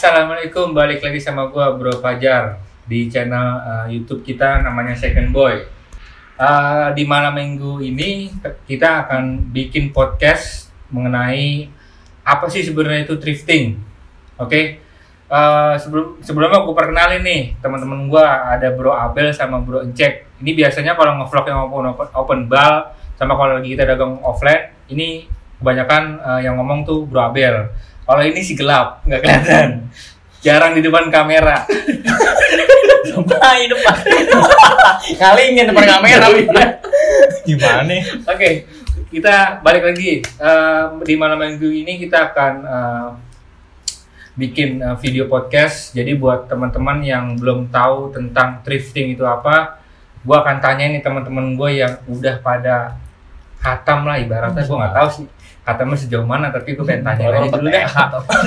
Assalamualaikum, balik lagi sama gua Bro Fajar di channel YouTube kita namanya Second Boy. Di malam minggu ini kita akan bikin podcast mengenai apa sih sebenarnya itu thrifting. Oke. Sebelumnya aku perkenalin nih teman-teman gua, ada Bro Abel sama Bro Encek. Ini biasanya kalau ngevlog yang open bar sama kalau lagi kita dagang offline, ini kebanyakan yang ngomong tuh Bro Abel. Kalau ini sih gelap, nggak kelihatan. Jarang di depan kamera. Ngapain depan? Ngalingin depan kamera. Gimana? Oke, kita balik lagi. Di malam minggu ini kita akan bikin video podcast. Jadi buat teman-teman yang belum tahu tentang thrifting itu apa, gue akan tanya nih teman-teman gue yang udah pada hatam lah ibaratnya. Gue nggak tahu sih hatamnya sejauh mana, tapi gue pengen tanya aja dulu deh.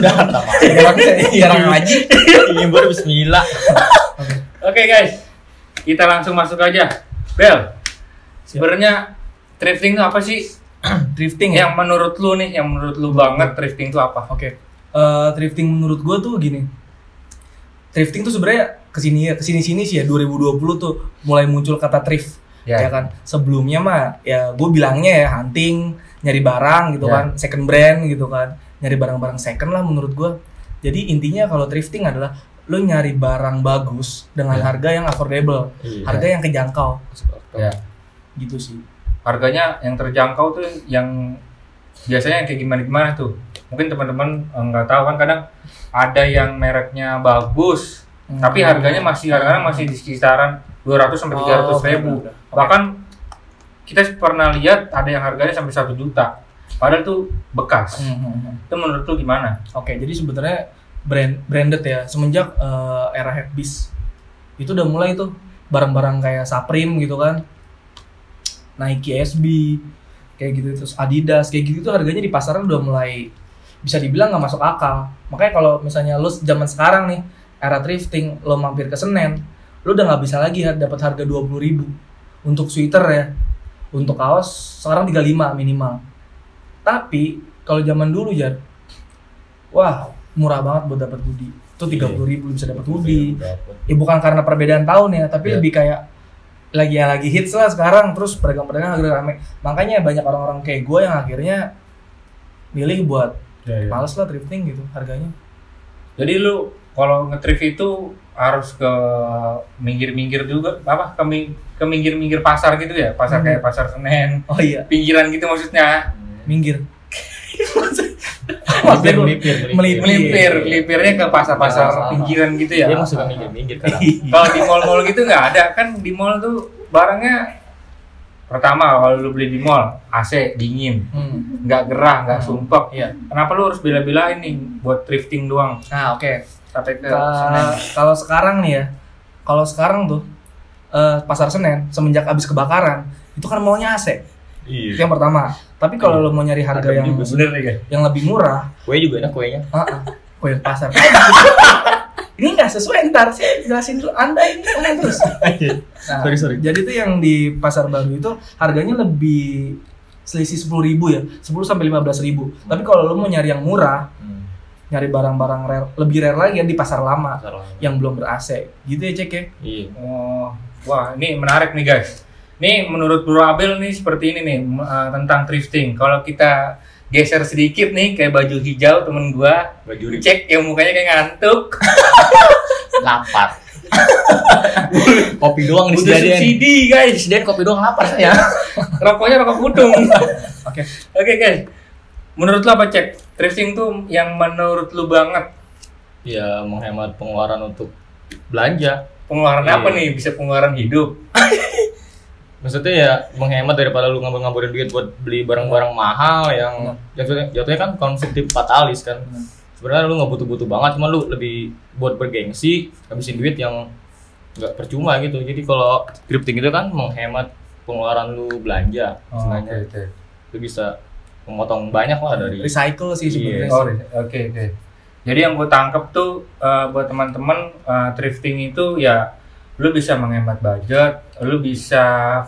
Jarang ngaji. Ini baru bismillah. Oke guys, kita langsung masuk aja. Bel, sebenarnya thrifting itu apa sih? Thrifting Yang menurut lu nih, yang menurut lu banget thrifting itu apa? Oke. Thrifting menurut gue tuh gini. Thrifting tuh sebenarnya kesini sih ya 2020 tuh mulai muncul kata thrift. Ya kan. Sebelumnya mah ya gue bilangnya ya hunting, nyari barang gitu kan, second brand gitu kan. Nyari barang-barang second lah menurut gue. Jadi intinya kalau thrifting adalah lo nyari barang bagus dengan harga yang affordable, harga yang kejangkau. Ya. Gitu sih. Harganya yang terjangkau tuh yang biasanya kayak gimana tuh? Mungkin teman-teman nggak tahu kan, kadang ada yang mereknya bagus, tapi harganya masih di kisaran 200 sampai 300 ribu. Bahkan kita pernah lihat ada yang harganya sampai 1 juta. Padahal itu bekas. Itu menurut lu gimana? Oke, jadi sebenarnya branded ya. Semenjak era Hypebeast itu udah mulai tuh barang-barang kayak Supreme gitu kan, Nike SB kayak gitu, terus Adidas kayak gitu tuh harganya di pasaran udah mulai bisa dibilang nggak masuk akal. Makanya kalau misalnya lu zaman sekarang nih era thrifting, lo mampir ke Senen, lo udah nggak bisa lagi dapat harga 20.000 untuk sweater ya, untuk kaos sekarang 35 minimal. Tapi kalau zaman dulu ya, wah murah banget buat dapat hoodie. Itu 30.000 bisa dapat hoodie. Ya bukan karena perbedaan tahun ya, tapi lebih kayak lagi hits lah sekarang. Terus pedagang-pedagang agak rame. Makanya banyak orang-orang kayak gue yang akhirnya milih buat males lah thrifting gitu harganya. Jadi lu kalau nge-thrift itu harus ke minggir-minggir juga, apa ke minggir-minggir pasar gitu ya, pasar kayak pasar Senen. Oh iya. Pinggiran gitu maksudnya. Minggir. Melipirnya ke pasar-pasar pinggiran gitu ya. Dia masuk ke minggir kan. Kalau di mall-mall gitu nggak ada kan? Di mall tuh barangnya pertama kalau lu beli di mall AC dingin, nggak gerah, nggak sumpek. Iya. Kenapa lu harus bela-belain nih buat thrifting doang? Nah oke. Sampai ke Senen. Kalau sekarang nih ya, kalau sekarang tuh pasar Senen semenjak abis kebakaran itu kan mallnya AC. Iya. Itu yang pertama. Tapi kalau lo mau nyari harga yang bener nih guys. Yang lebih murah, Kue juga enak kuenya. kue pasar. Ini nggak sesuai, ntar saya jelasin dulu. Anda ini ngomong terus. Nah, Sorry. Jadi tuh yang di pasar baru itu harganya lebih selisih 10.000 ya, 10 sampai 15.000. Tapi kalau lo mau nyari yang murah, nyari barang-barang lebih rare lagi ya di pasar lama yang belum ber-AC. Gitu ya Cek ya? Iya. Oh, wah ini menarik nih guys. Nih menurut Bro Abel nih seperti ini nih tentang thrifting. Kalau kita geser sedikit nih kayak baju hijau temen gua, Baju Cek yang mukanya kayak ngantuk. lapar. Kopi doang Butuh disediain. subsidi guys. Disediain kopi doang lapar saya. Rokoknya rokok putung. Oke. Guys. Menurut lu apa Cek? Thrifting tuh yang menurut lu banget? Ya menghemat pengeluaran untuk belanja. Pengeluaran apa nih? Bisa pengeluaran hidup. Maksudnya ya menghemat daripada lu ngambur-ngamburin duit buat beli barang-barang mahal yang jatuhnya kan konsumtif fatalis kan. Sebenarnya lu nggak butuh-butuh banget, cuma lu lebih buat bergengsi, habisin duit yang nggak percuma gitu. Jadi kalau thrifting itu kan menghemat pengeluaran lu belanja. Sebenarnya lu bisa memotong banyak lah dari Recycle sih sebenarnya. Oke. Jadi yang gue tangkep tuh buat teman-teman thrifting itu ya lu bisa menghemat budget, lu bisa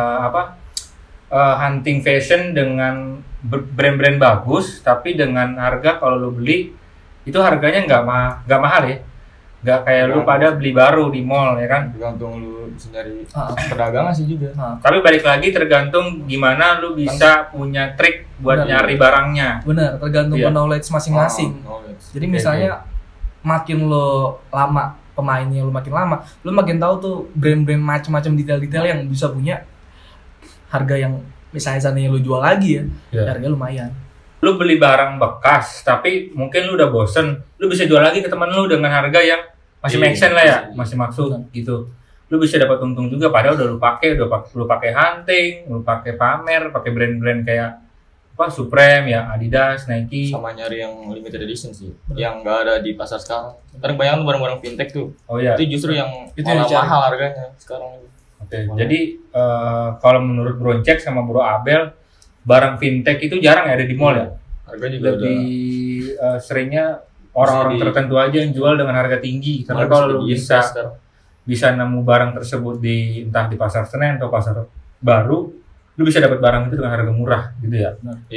hunting fashion dengan brand-brand bagus, tapi dengan harga kalau lu beli itu harganya nggak mahal ya. Nggak kayak lu pada beli baru di mall ya kan. Tergantung lu bisa dari pedagang sih juga. Tapi balik lagi tergantung gimana lu bisa punya trik buat nyari barangnya. Bener, tergantung knowledge masing-masing. Jadi misalnya makin lo lama pemainnya, lu makin lama, lu makin tahu tuh brand-brand macam-macam detail-detail yang bisa punya harga yang misalnya seandainya lu jual lagi ya, harga lumayan. Lu beli barang bekas, tapi mungkin lu udah bosen, lu bisa jual lagi ke teman lu dengan harga yang masih make sense lah ya, masih maksud gitu. Lu bisa dapat untung juga, padahal udah lu pakai hunting, lu pakai pamer, pakai brand-brand kayak apa Supreme ya, Adidas, Nike. Sama nyari yang limited edition sih, yang nggak ada di pasar sekarang. Karena banyak barang-barang fintech tuh. Oh iya. Itu justru yang mahal harganya sekarang. Oke. Jadi kalau menurut Bro Cek sama Bro Abel, barang fintech itu jarang ya ada di mall ya. Harga juga lebih seringnya orang-orang tertentu aja yang jual dengan harga tinggi. Karena kalau lu bisa nemu barang tersebut di entah di pasar Senen atau pasar baru, lu bisa dapat barang itu dengan harga murah gitu ya.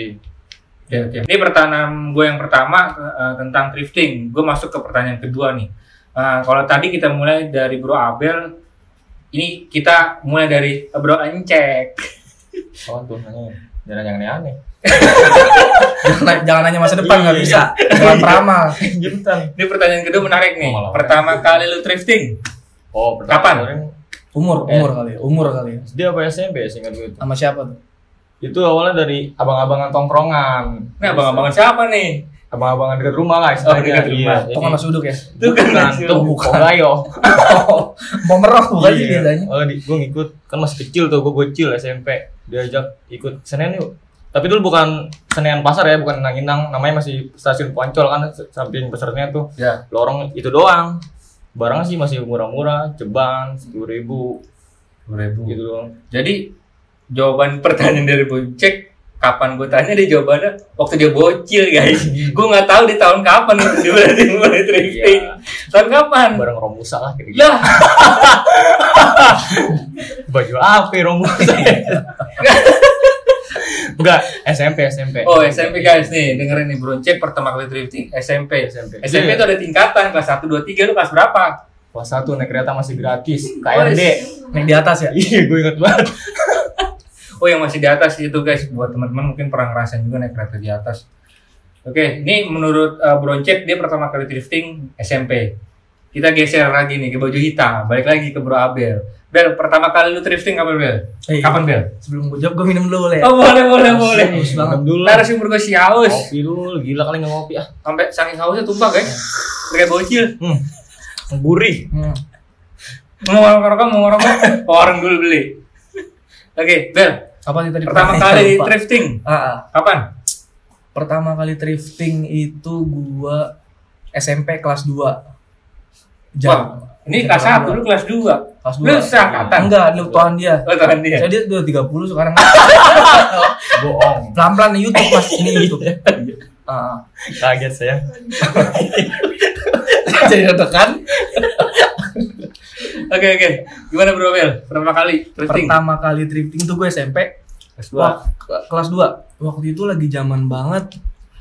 Oke. Ini pertanyaan gue yang pertama tentang thrifting. Gue masuk ke pertanyaan kedua nih. Kalau tadi kita mulai dari Bro Abel, ini kita mulai dari Bro Encek. Oh tuh nanya, jangan yang aneh-aneh. jangan nanya masa depan, nggak bisa. Jangan peramal. Ini pertanyaan kedua menarik nih. Pertama kali lu thrifting? Kapan? Umur kali ya. Dia apa SMP ya seingat gue itu. Sama siapa tuh? Itu awalnya dari abang-abangan tongkrongan. Nah, abang-abangan siapa nih? Abang-abangan dekat rumah lah istilahnya. Dekat rumah. Itu kan masih uduk ya? Itu kan bukan gayo. Mau merah bukan sih biasanya. Oh, gue ngikut kan masih kecil tuh, gue bocil SMP. Diajak ikut Senen yuk. Tapi dulu bukan Senen pasar ya, bukan Inang-Inang, namanya masih stasiun Poncol kan, samping pasarnya tuh. Ya. Lorong itu doang. Barangnya sih masih murah-murah, ceban 10.000 gitu doang. Jadi jawaban pertanyaan dari Boncek, kapan gue tanya dia jawabannya waktu dia bocil guys. Gue nggak tahu di tahun kapan dia berarti mulai thrifting. Tahun kapan? Barang Romusa lah gitu. Baju apa Romusa? Enggak, SMP. Oh, SMP guys nih, dengerin nih Boncek pertama kali thrifting SMP itu ada tingkatan, kelas 1, 2, 3, lu kelas berapa? Kelas 1 naik kereta masih gratis, KRD. Naik di atas ya? Iya, gue inget banget. Oh, yang masih di atas itu guys, buat teman-teman mungkin pernah ngerasain juga naik kereta di atas. Oke, ini menurut Boncek dia pertama kali thrifting SMP. Kita geser lagi nih ke baju hitam, balik lagi ke Bro Abel. Bel, pertama kali lu thrifting kapan Bel? Kapan Bel? Sebelum gue jawab, gue minum dulu boleh. Oh boleh. Minum dulu. Narasumber gue si haus. Kopi dulu, gila kali nggak ngopi ah. Sampai saking hausnya tumpah guys. Kayak bocil. Gurih. Mau ngerokok, orang dulu beli. Oke, Bel. Apa tadi? Pertama kali thrifting? Kapan? Pertama kali thrifting itu gua SMP kelas 2. Wah, ini kelas 1, lu kelas 2. Kelas 2. Lu seangkatan? Enggak, lu tuan dia. Oh, tuan dia. Saya dia udah 30 sekarang. Bohong. Pelan-pelan YouTube Mas, ini YouTube ya. Kaget saya. Jadi tekan. Oke. Gimana Bro Bel? Pertama kali thrifting? Pertama kali thrifting tuh gue SMP kelas 2. Kelas 2. Waktu itu lagi zaman banget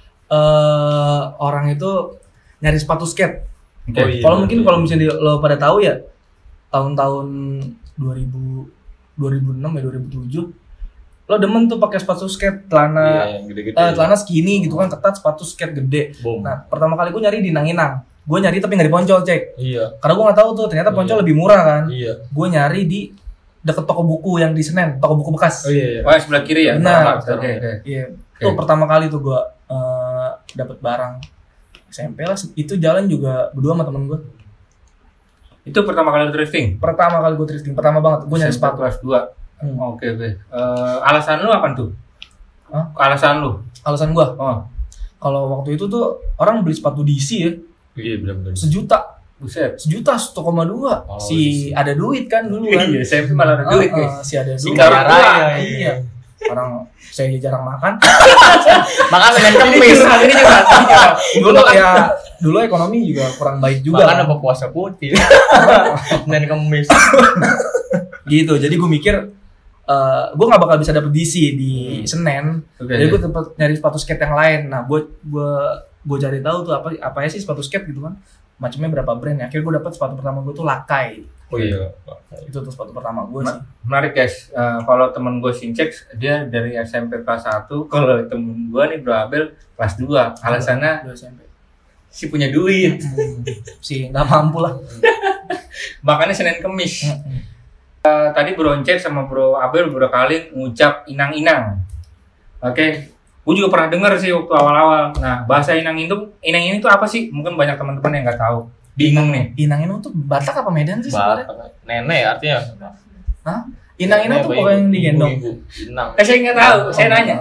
orang itu nyari sepatu skate. Okay. Kalau misalnya lo pada tahu ya, tahun-tahun 2006 ya 2007, lo demen tuh pakai sepatu skate, celana celana skinny gitu kan, ketat, sepatu skate gede. Nah, pertama kali gue nyari di Inang-Inang. Gue nyari tapi nggak di Poncol, Cek. Iya. Karena gue nggak tahu tuh, ternyata Poncol lebih murah kan. Iya. Gue nyari di deket toko buku yang di Senen, toko buku bekas. Oh iya. Oh, sebelah kiri ya? Benar. Oke. Iya. Itu pertama kali tuh gue dapat barang SMP lah. Itu jalan juga berdua sama temen gue. Itu pertama kali thrifting? Pertama kali gue thrifting, pertama banget. Gue nyari sepatu kelas 2. Oke. Alasan lu apa tuh? Alasan lu? Alasan gue? Oh. Kalau waktu itu tuh orang beli sepatu DC ya. Iya, benar-benar. Sejuta. Buset. 1,2 juta. Ada duit kan dulu kan. Iya, SMP malah ada duit guys. Si ada duit. Si Karaya. Iya. Orang saya jarang makan. Makan Senin Kemis. Ini juga. Dulu ekonomi juga kurang baik juga. Makan apa puasa putih. Senin Kemis. Gitu. Jadi gue mikir gue nggak bakal bisa dapet DC di Senen. Jadi gue tempat nyari sepatu skate yang lain. Nah, gue gue cari tahu tuh apa ya sih sepatu skate gitu kan, macamnya berapa brand ya. Akhirnya gue dapet sepatu pertama gue tuh Lakai. Oh iya. Itu tuh sepatu pertama gue sih. Menarik guys. Kalau temen gue Sincex dia dari SMP kelas 1. Kalau temen gue nih Bro Abel kelas 2. Alasannya 2 SMP. si punya duit. Si nggak mampu lah. Makanya Senin Kemis. Tadi Bro Sincex sama Bro Abel beberapa kali ngucap inang-inang. Oke. Gue juga pernah dengar sih waktu awal-awal. Nah, bahasa inang ini tuh apa sih? Mungkin banyak teman-teman yang nggak tahu. Bingung nih. Inang-inang tuh Batak apa Medan sih sebenarnya? Nenek artinya. Hah? Inang-inang tuh pokoknya yang digendong. Inang. Saya nggak tahu. Saya nanya.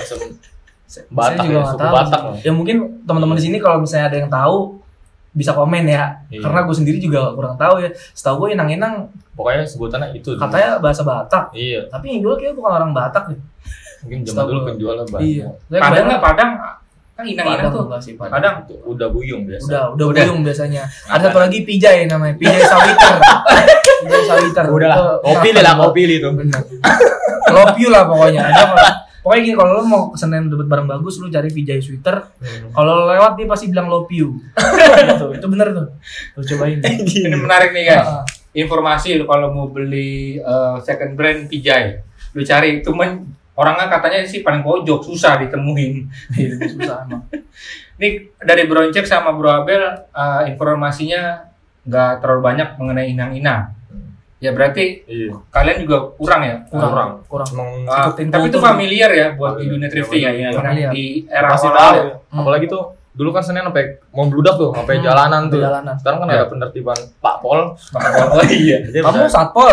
Batak saya juga ya, nggak suku tahu. Batak. Ya mungkin teman-teman di sini kalau misalnya ada yang tahu bisa komen ya. Iya. Karena gue sendiri juga kurang tahu ya. Setahu gue inang-inang Pokoknya sebutannya itu. katanya bahasa Batak. Iya. Tapi yang gue kayaknya bukan orang Batak nih. Mungkin zaman Setahu dulu gua. penjualnya banyak. Iya. Padang nggak Padang? Kan inang-inang tuh. Enggak sih, Padang. Padang. Udah buyung biasa. Udah buyung biasanya. Ada satu lagi Pijay namanya, Pijay Sawiter. Pijay Sawiter. Udah lah. Kopi itu. Benar. Love you lah pokoknya. Pokoknya gini, kalau lo mau kesenian dapat barang bagus, lo cari Vijay Sweater. Kalau lo lewat dia pasti bilang love you. Gitu. Itu bener tuh. Lo cobain. Ini menarik nih guys. Informasi kalau mau beli second brand Vijay, lo cari. Orangnya katanya sih paling pojok, susah ditemuin. Iya, susah emang. Ini dari Bro Sincex sama Bro Abel informasinya nggak terlalu banyak mengenai inang-inang. Ya berarti kalian juga kurang ya? Kurang. Emang Ikutin Tapi itu kultur. familiar ya buat di dunia thrifting ya. Familiar. Di era pasti awal. tahu. Apalagi tuh dulu kan Senin sampai mau bludak tuh, sampai jalanan tuh. Jalanan. Sekarang kan Ya. ada penertiban Pak Pol. Oh iya. Jadi Kamu bisa- satpol.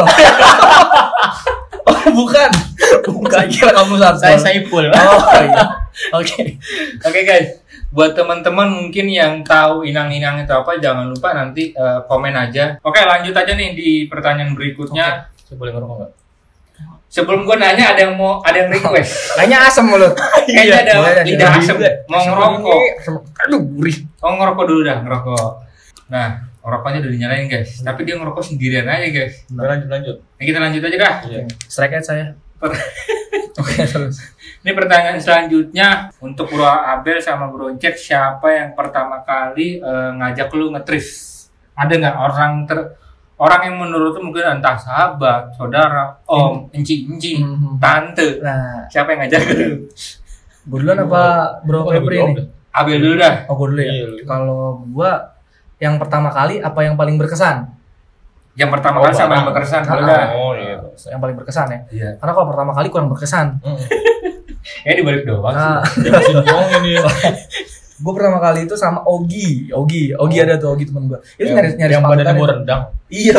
Oh, bukan. Bukan kira kamu satpol. saya Saipul. Oh iya. Oke. Oke guys, buat teman-teman mungkin yang tahu inang-inang itu apa, jangan lupa nanti komen aja. Oke, lanjut aja nih di pertanyaan berikutnya. Saya boleh ngerokok nggak? Sebelum gue nanya ada yang request. Kayaknya asem mulut. Kayaknya ada Boleh, lidah boleh. asem. Mau ngerokok. Aduh, gurih. Oh ngerokok dulu dah, ngerokok. Nah, rokoknya udah dinyalain guys. Tapi dia ngerokok sendirian aja guys. Lanjut. Nah, kita lanjut aja dah. Iya. Strike aja saya. Oke, terus. Ini pertanyaan selanjutnya untuk Bro Abel sama Bro Sincex, siapa yang pertama kali ngajak lu nge-thrift? Ada nggak orang yang menurut lu mungkin entah sahabat, saudara, om, enci, tante, Nah, siapa yang ngajak lu? gue duluan apa Bro Febri nih? Abel dulu dah. Oh, gue dulu ya. Iya, lu. Kalau gua yang pertama kali apa yang paling berkesan? Yang pertama kali sama yang berkesan dulu dah. Oh iya. Yang paling berkesan ya. Iya. Karena kalau pertama kali kurang berkesan. Ya dibalik doang Nah, sih. Dia masih bohong ini. gue pertama kali itu sama Ogi ada tuh, Ogi temen gue. Itu nyari yang sepatu badannya kan bau itu. rendang. Iya.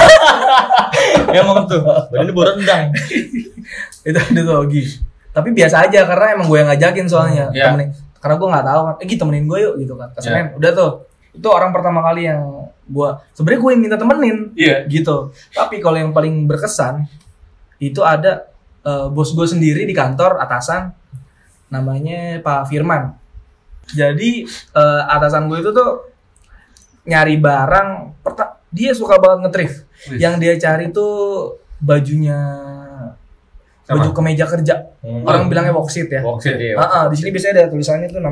Ya emang tuh. Badannya bau rendang. Itu ada tuh Ogi. Tapi biasa aja karena emang gue yang ngajakin soalnya. Iya. Temenin. Karena gue nggak tahu kan. Gitu temenin gue yuk gitu kan. Kesenian. Udah tuh. Itu orang pertama kali yang sebenarnya gue yang minta temenin. Iya. Gitu. Tapi kalau yang paling berkesan itu ada bos gue sendiri di kantor atasan, namanya Pak Firman. Jadi atasan gue itu tuh nyari barang, dia suka banget nge-thrift. Wih. Yang dia cari tuh bajunya, baju kemeja kerja. Orang bilangnya worksheet ya. Worksheet ya. Di sini biasanya ada tulisannya tuh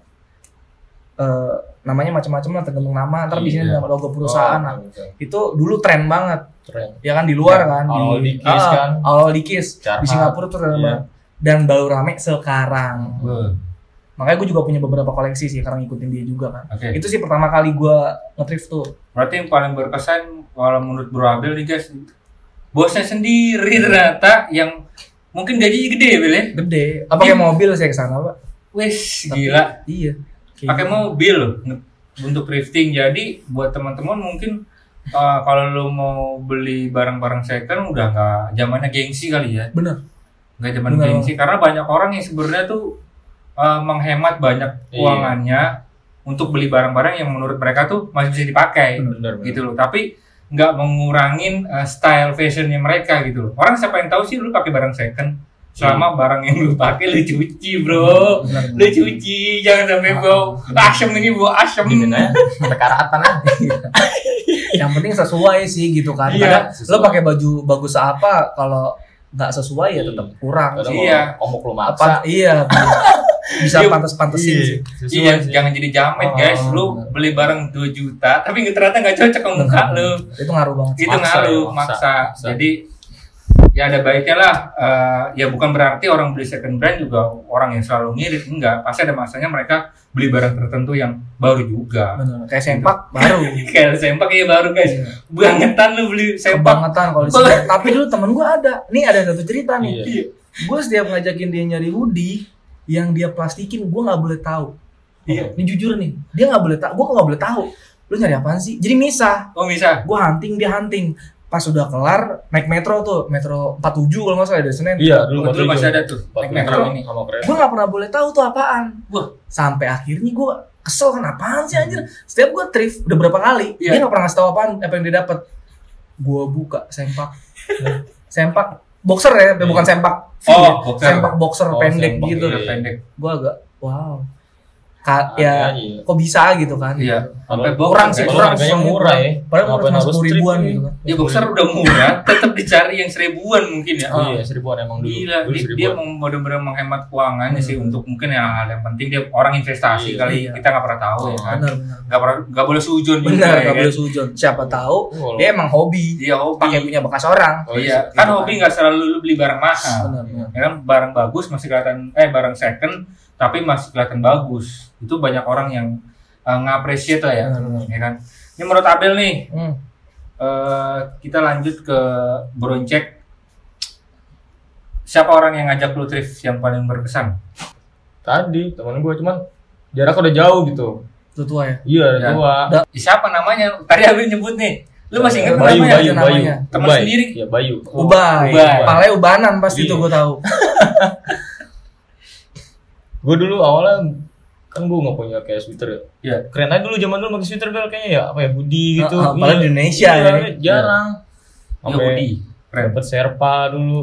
namanya macam-macam lah, tergantung nama. Ntar di sini Iya. ada logo perusahaan. Nah, Gitu. itu dulu tren banget. Keren. Ya kan di luar Ya, kan, awal di Kiss kan. awal di Kiss Carhartt. di Singapura tuh keren Iya. banget. Dan baru rame sekarang. Wah. Makanya gue juga punya beberapa koleksi sih karena ngikutin dia juga kan. Oke. Itu sih pertama kali gue nge-thrift tuh. Berarti yang paling berkesan kalau menurut Bro Abel nih guys, bosnya sendiri ternyata yang mungkin gajinya gede Bel ya. Gede. Pakai mobil saya kesana Pak. Wes Tapi- gila. Iya. Kayak Pakai gitu. mobil loh untuk thrifting. Jadi buat teman-teman mungkin kalau lo mau beli barang-barang second udah nggak zamannya gengsi kali ya. Bener. Nggak zaman Bener. gengsi karena banyak orang yang sebenarnya tuh menghemat banyak keuangannya untuk beli barang-barang yang menurut mereka tuh masih bisa dipakai. Bener. Gitu loh. Tapi nggak mengurangin style fashionnya mereka gitu loh. Orang siapa yang tahu sih lu pakai barang second selama barang yang lu pakai lu cuci bro, Bener. lu cuci jangan sampai bau asem ini bau asem. Gimana? Karatan aja. Yang penting sesuai sih gitu kan. Iya, Kadang lo pakai baju bagus apa kalau nggak sesuai ya tetap kurang. Kadang Iya. omok lu maksa. Iya. bisa pantas-pantesin Iya. sih. Sesuai Iya, sih. jangan jadi jamet guys. Lu benar. beli barang 2 juta tapi ternyata nggak cocok ke muka lu. Itu ngaruh banget. Itu Maksa ngaruh, ya, maksa. maksa. Jadi ya ada baiknya lah. Ya bukan berarti orang beli second brand juga orang yang selalu ngirit, enggak. Pasti ada masanya mereka beli barang tertentu yang baru juga. Bener. Kayak sempak baru. Kayak sempak ya baru guys. Iya. Bangetan lu beli sempak. Kebangetan kalau di sini. Tapi dulu temen gue ada. Nih ada satu cerita nih. Iya. Gue setiap ngajakin dia nyari hoodie yang dia plastikin, gue nggak boleh tahu. Iya. Ini jujur nih, dia nggak boleh tahu. Gue nggak boleh tahu. Lu nyari apaan sih? Jadi misah. Oh bisa. Gue hunting, dia hunting. Pas udah kelar naik metro tuh, metro 47 kalau nggak salah dari Senin. Iya, dulu Dulu masih ada tuh. Naik Naik metro ini. sama kereta. Gue nggak pernah boleh tahu tuh apaan. Wah. Sampai akhirnya gue kesel kan, apaan sih anjir. Setiap gue thrift udah berapa kali, Iya. dia nggak pernah ngasih tahu apaan apa yang dia dapat. Gue buka sempak, sempak boxer ya, bukan sempak. Oh, boxer. Sempak boxer Oh, pendek sempak, gitu. iya. Pendek. Gue agak wow. Ada Ya aja. kok bisa gitu kan? Iya. Sampai Kurang boxer, sih, guys. kurang harganya sih. murah ya. Padahal Ngapain cuma harus 10 strip ribuan ini? gitu kan. Ya boxer udah murah, tetap dicari yang 1000-an mungkin ya. Iya, 1000-an emang dulu. Gila, Dulu dia 1000-an. mau benar-benar menghemat keuangannya sih untuk mungkin hal yang penting dia orang investasi Iya. kali Iya. kita nggak pernah tahu ya kan. Benar. Nggak boleh sujon juga Benar, ya nggak kan. boleh sujon. Siapa tahu Oh, dia emang hobi. Dia hobi. Pakai punya bekas orang. Oh, Iya, iya. kan Gitu hobi nggak selalu lu beli barang mahal. Benar, benar. Ya kan barang bagus masih kelihatan barang second tapi masih kelihatan bagus. Itu banyak orang yang nge-appreciate lah ya. Benar. Ya kan. Ini menurut Abel nih, Hmm. kita lanjut ke Broncek. Siapa orang yang ngajak lu thrift yang paling berkesan? Tadi teman gue cuman jarak udah jauh gitu. Itu tua ya. Iya, Ya. tua. Siapa namanya? Tadi Abel nyebut nih. Lu masih inget Bayu, namanya? Bayu, namanya? Bayu. Teman Ubay. sendiri? Iya, Bayu. Ubay. Ubay. Palanya ubanan pasti Iya. tuh gue tahu. Gue dulu awalnya kan gue nggak punya kayak sweater ya. Iya. Keren aja dulu zaman dulu pakai sweater Bel kayaknya ya apa ya hoodie gitu. Apalagi di Indonesia Iya, ya. jarang. Iya, Sampai hoodie. Keren. dapet Sherpa dulu.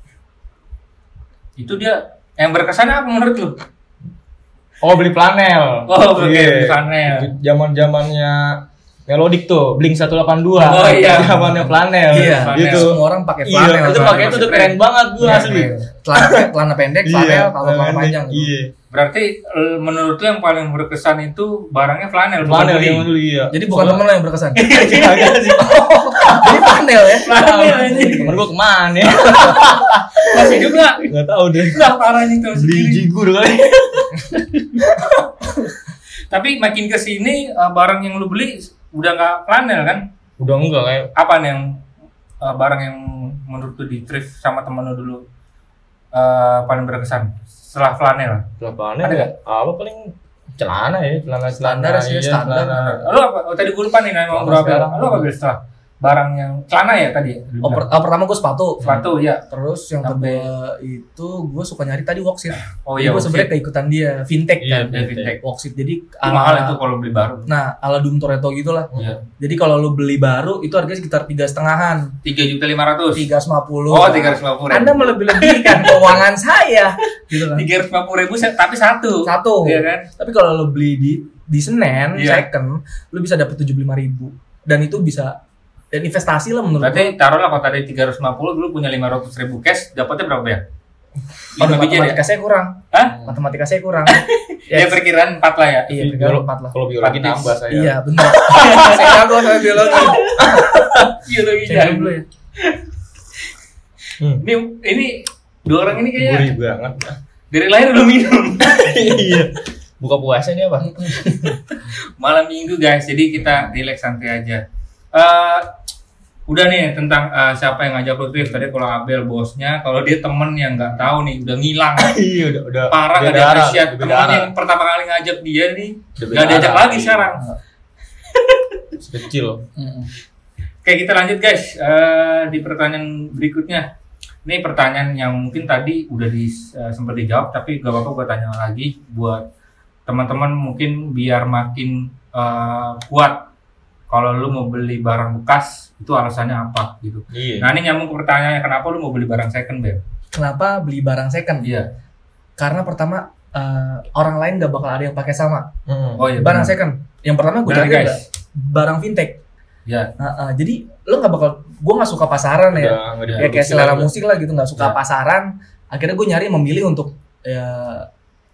Itu dia yang berkesan apa menurut lu? Oh, beli flanel. Oh, beli Iya. flanel. Itu zaman-zamannya Melodic tuh, Blink 182. Oh, iya. Zamannya flanel. Iya. Flanel. Gitu. Semua orang pakai Iya, flanel. itu flanel pakai itu masih udah keren banget gue Iya, asli. Celana pendek, flanel, kalau celana panjang. Iya. Berarti menurut lu yang paling berkesan itu barangnya flanel, bukan Flanel hoodie? zaman dulu iya. Jadi bukan temen lo yang berkesan. Agak sih. Jadi flanel ya. Flanel anjing. Temen gue kemana ya? Masih juga. Gak tau deh. Lah parahnya itu Beli sendiri. jigur kali. Tapi makin ke sini barang yang lu beli udah nggak flanel kan? Udah enggak kayak Apa nih yang barang yang menurut lu di thrift sama temen lu dulu paling berkesan setelah flanel? Celana Ada ya? Apa paling celana ya, celana Standar sih, standar. Lu apa? Oh, tadi gue lupa nih nama Celana berapa. sekarang. Lu apa beli setelah barang yang celana ya tadi? Lu bilang. Pertama gue sepatu. Sepatu ya. Terus yang Sampai- kedua itu gue suka nyari tadi Woxit. Oh iya. Gue sebenarnya keikutan dia fintech Iya, kan. fintech. Woxit. Jadi Itu mahal itu kalau beli baru. Nah, ala Doom Toretto gitulah. Iya. Jadi kalau lu beli baru itu harganya sekitar 3,5-an, 3.500.000. 350. Oh, 350.000. Anda melebih-lebihkan keuangan saya, gitu kan. 350.000 tapi satu. Satu. Iya kan? Tapi kalau lu beli di Senen Iya. second, lu bisa dapet 75.000. Dan itu bisa dan investasi lah menurut Berarti taruhlah kalau tadi 350 dulu punya 500.000 cash, dapatnya berapa ya? Oh, 5 biji matematika ya? saya kurang. Hah? Matematika saya kurang. Ya perkiraan 4 lah ya. Iya, perkiraan 4 lah. Kalau biologi Praktis. nambah saya. Iya, benar. Saya jago sama biologi. Biologi Saya jago. dulu ya. Ini dua orang ini kayaknya Gurih banget. dari lahir udah minum. Iya. Buka puasa ini apa? Malam minggu guys, jadi kita relax santai aja. Udah nih tentang siapa yang ngajak lu thrift. Tadi kalau Abel bosnya, kalau dia temen yang nggak tahu nih udah ngilang. Iya, udah Parah nggak beda arah, diappreciate. beda Temen arah. yang pertama kali ngajak dia nih Udah beda nggak diajak arah. lagi sekarang. Kecil. Oke, kita lanjut guys di pertanyaan berikutnya. Ini pertanyaan yang mungkin tadi udah sempat dijawab, tapi gak apa-apa gue tanya lagi buat teman-teman mungkin biar makin kuat. Kalau lu mau beli barang bekas itu alasannya apa gitu. Iya. Nah ini nyambung ke pertanyaannya, kenapa lu mau beli barang second, Bel? Kenapa beli barang second? Iya. Karena pertama orang lain gak bakal ada yang pakai sama. Oh iya. Barang benar. second. Yang pertama gue Benar, cari guys. juga barang fintech. Ya. Jadi lo nggak bakal, gue nggak suka pasaran ya. Udah, nggak Ya kayak diproduksi selera lagi. musik lah gitu, nggak suka Ya. pasaran. Akhirnya gue nyari memilih untuk ya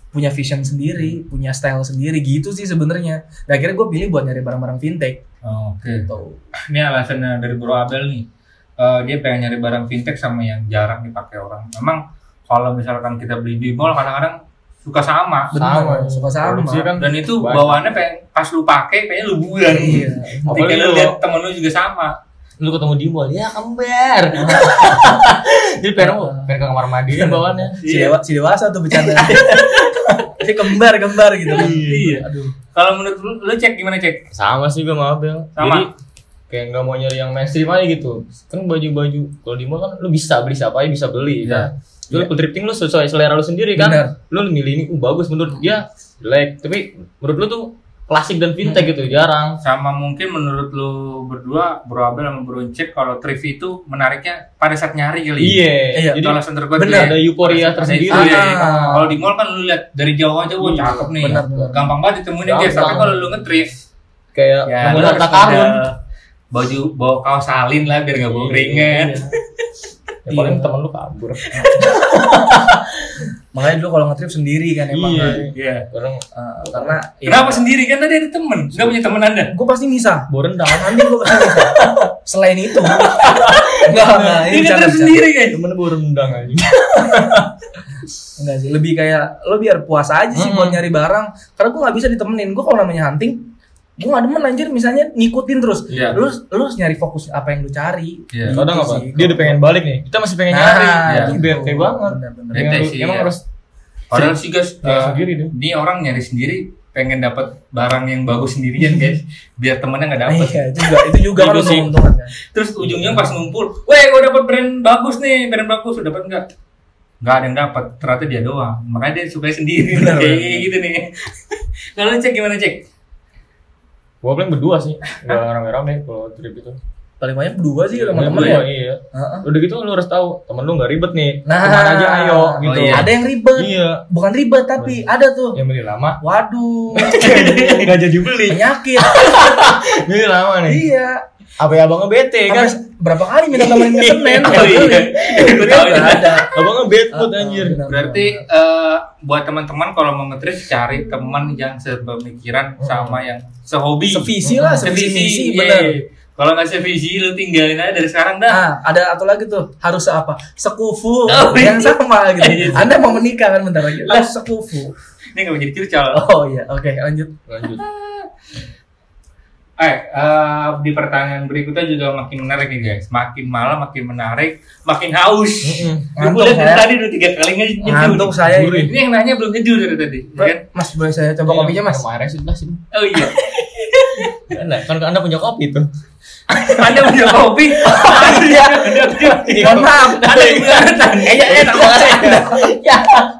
punya vision sendiri, punya style sendiri gitu sih sebenarnya. Nah, akhirnya gue pilih buat nyari barang-barang vintage. Oke. Gitu. Ini alasannya dari Bro Abel nih. Dia pengen nyari barang vintage sama yang jarang dipakai orang. Memang kalau misalkan kita beli di mall kadang-kadang suka sama. Benar, suka sama. Produksi kan Dan itu banyak. bawaannya pas lu pakai kayaknya lu buang. Iya. Ketika lu lihat temen lu juga sama. Lu ketemu di mall, ya kembar. Jadi pengen ke kamar mandi kan bawaannya. Si dewasa tuh bercanda. Si kembar gitu kan. Iya. Aduh. Kalau menurut lu Cek gimana Cek? Sama sih gue sama Abel. Sama. Jadi kayak nggak mau nyari yang mainstream aja gitu. Kan baju-baju kalau di mall kan lu bisa beli siapa aja bisa beli kan. Lu thrifting lu sesuai selera lu sendiri kan. Bener. Lu milih ini bagus menurut dia jelek, tapi menurut lu tuh klasik dan vintage gitu jarang. Sama mungkin menurut lu berdua, Bro Abel sama Bro Cek, kalau thrift itu menariknya pada saat nyari kali. Iya. Jadi Jadi alasan terkuat bener, ada euforia tersendiri. Kalau di mall kan lu lihat dari jauh aja, wah cakep nih. Bener. Gampang banget ditemuin guys. Tapi kalau lu nge-thrift, kayak ya lu nemu harus harta karun. baju bawa kaos salin lah biar nggak bau keringet. Ya, paling temen lu kabur. Makanya dulu kalau nge-trip sendiri kan emang. Iya. Orang Karena Kenapa sendiri kan tadi ada temen? Nggak punya temen Anda? gue pasti misah. boren dah. Nanti gue pasti misah. Selain itu. Enggak, Ini bercanda, nge-trip sendiri guys. Temen boren dang aja. Enggak sih, lebih kayak lo biar puas aja sih buat nyari barang. Karena gue nggak bisa ditemenin. Gue kalau namanya hunting, gue nggak demen anjir misalnya ngikutin terus. Iya. Lu harus nyari fokus apa yang lu cari. Iya. Gitu Kadang apa? sih. Dia udah pengen balik nih. Kita masih pengen nyari. iya. Itu bete banget. Bener-bener. Bete Emang, sih, emang iya. harus Padahal sih guys, sendiri deh. ini orang nyari sendiri pengen dapat barang yang bagus sendirian guys, biar temennya nggak dapet. Iya, itu juga kan Itu sih. untung-untungan kan. Terus ujungnya pas ngumpul, weh gue dapet brand bagus nih, brand bagus, dapat nggak? Nggak ada yang dapat, ternyata dia doang. Makanya dia suka sendiri, Benar, kayak benar. gitu nih. Kalau Cek gimana Cek? Gua paling berdua sih. Enggak rame-rame kalau trip itu. Paling banyak berdua sih sama Paling temen berdua, ya. iya. Heeh. Udah gitu lu harus tahu temen lu enggak ribet nih. Nah. Kemana aja ayo gitu. Oh, iya. Ada yang ribet. Iya. Bukan ribet tapi ada tuh. Yang beli lama. Waduh. Enggak jadi beli. Penyakit. Beli lama nih. Iya. Apa ya abangnya bete kan? Sampai berapa kali minta temenin ke Senin? Oh, iya. Gue tahu Nggak ya. ada. Abangnya bete banget anjir. Benar, Berarti benar. buat teman-teman kalau mau nge-trip cari teman yang sepemikiran sama yang sehobi. Sevisi lah, sevisi misi, iya. benar. Kalau nggak sevisi lu tinggalin aja dari sekarang dah. Nah, ada atau lagi tuh harus apa? Sekufu Oh, iya. yang sama gitu. Iya. Anda mau menikah kan bentar lagi. Harus sekufu. Ini nggak menjadi curcol. Oh iya, oke lanjut. Lanjut. Di pertanyaan berikutnya juga makin menarik nih guys. Makin malam makin menarik, makin haus. Ngantuk Gue lihat dari saya. tadi udah 3 kali nyeduh. Ngantuk saya ini. Ini yang nanya belum nyeduh dari tadi, ya kan? Mas, boleh saya coba kopinya, Mas? Sama airnya sih lah sini. Oh iya. Kan Anda punya kopi tuh. Anda punya kopi? Iya. Mohon maaf. Ada yang buatan. Kayaknya enak banget. Ya.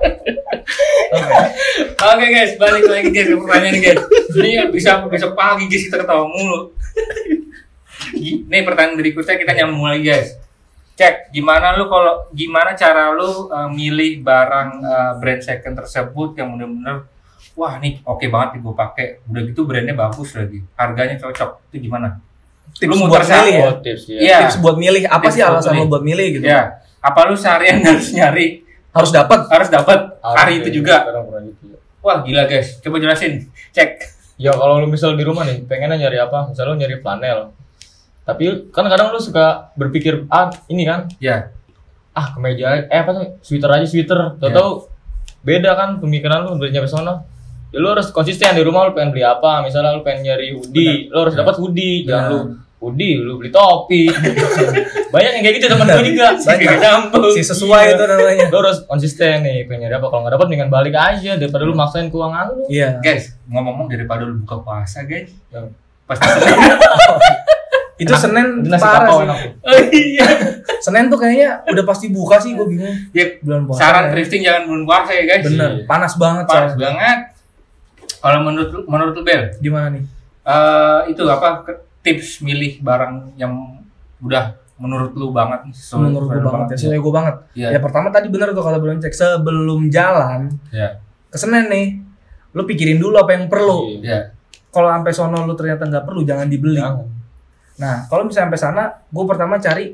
Oke guys, balik lagi guys ke pertanyaan nih guys. Ini bisa besok pagi guys kita ketawa mulu. Nih pertanyaan berikutnya kita nyambung lagi guys. Cek, gimana cara lu milih barang brand second tersebut yang benar-benar wah nih oke banget nih gue pakai. Udah gitu brandnya bagus lagi, harganya cocok. Itu gimana? Tips Lu buat muter milih ya? Oh, tips ya. Iya. Tips buat milih. Apa Tips sih buat alasan milih. lo buat milih gitu? Ya. Apa lu seharian harus nyari, Harus dapat. harus dapat hari itu juga? Sekarang pernah gitu ya. Wah gila guys, coba jelasin. Cek. Ya kalau lu misal di rumah nih, pengennya nyari apa? Misal lu nyari flanel. Tapi kan kadang lu suka berpikir, ini kan, Ya. kemeja apa tuh? Sweater aja sweater. Tahu-tahu beda kan pemikiran lu udah nyampe sono. Ya lu harus konsisten di rumah lu pengen beli apa? Misalnya lu pengen nyari hoodie, lu harus dapat hoodie. Jangan lu hoodie, lu beli topi. Banyak yang kayak gitu temen gue juga. Gak nyambung. Si sesuai itu namanya. Lu harus konsisten nih, pengen nyari apa? Kalau nggak dapat mendingan balik aja daripada lu maksain keuangan lu. Iya. Guys, ngomong-ngomong daripada lu buka puasa guys, Yang- pasti Senin. Itu Senin Itu nasi parah kapau sih. enak. Oh iya. Senin tuh kayaknya udah pasti buka sih, gue bingung. Ya, Bulan puasa. saran ya. thrifting jangan bulan puasa ya guys. Bener, panas banget Panas soalnya. banget. Kalau menurut lu Bel, Gimana nih? itu apa tips milih barang yang udah menurut lu banget nih, sesuai Menurut gue banget ya, sesuai gue banget. Iya. Ya pertama tadi bener tuh kata Bro Cek, sebelum jalan Iya. ke Senen nih, lu pikirin dulu apa yang perlu. Iya. Kalau sampai sono lu ternyata nggak perlu, jangan dibeli. Jangan. Nah, kalau misalnya sampai sana, gue pertama cari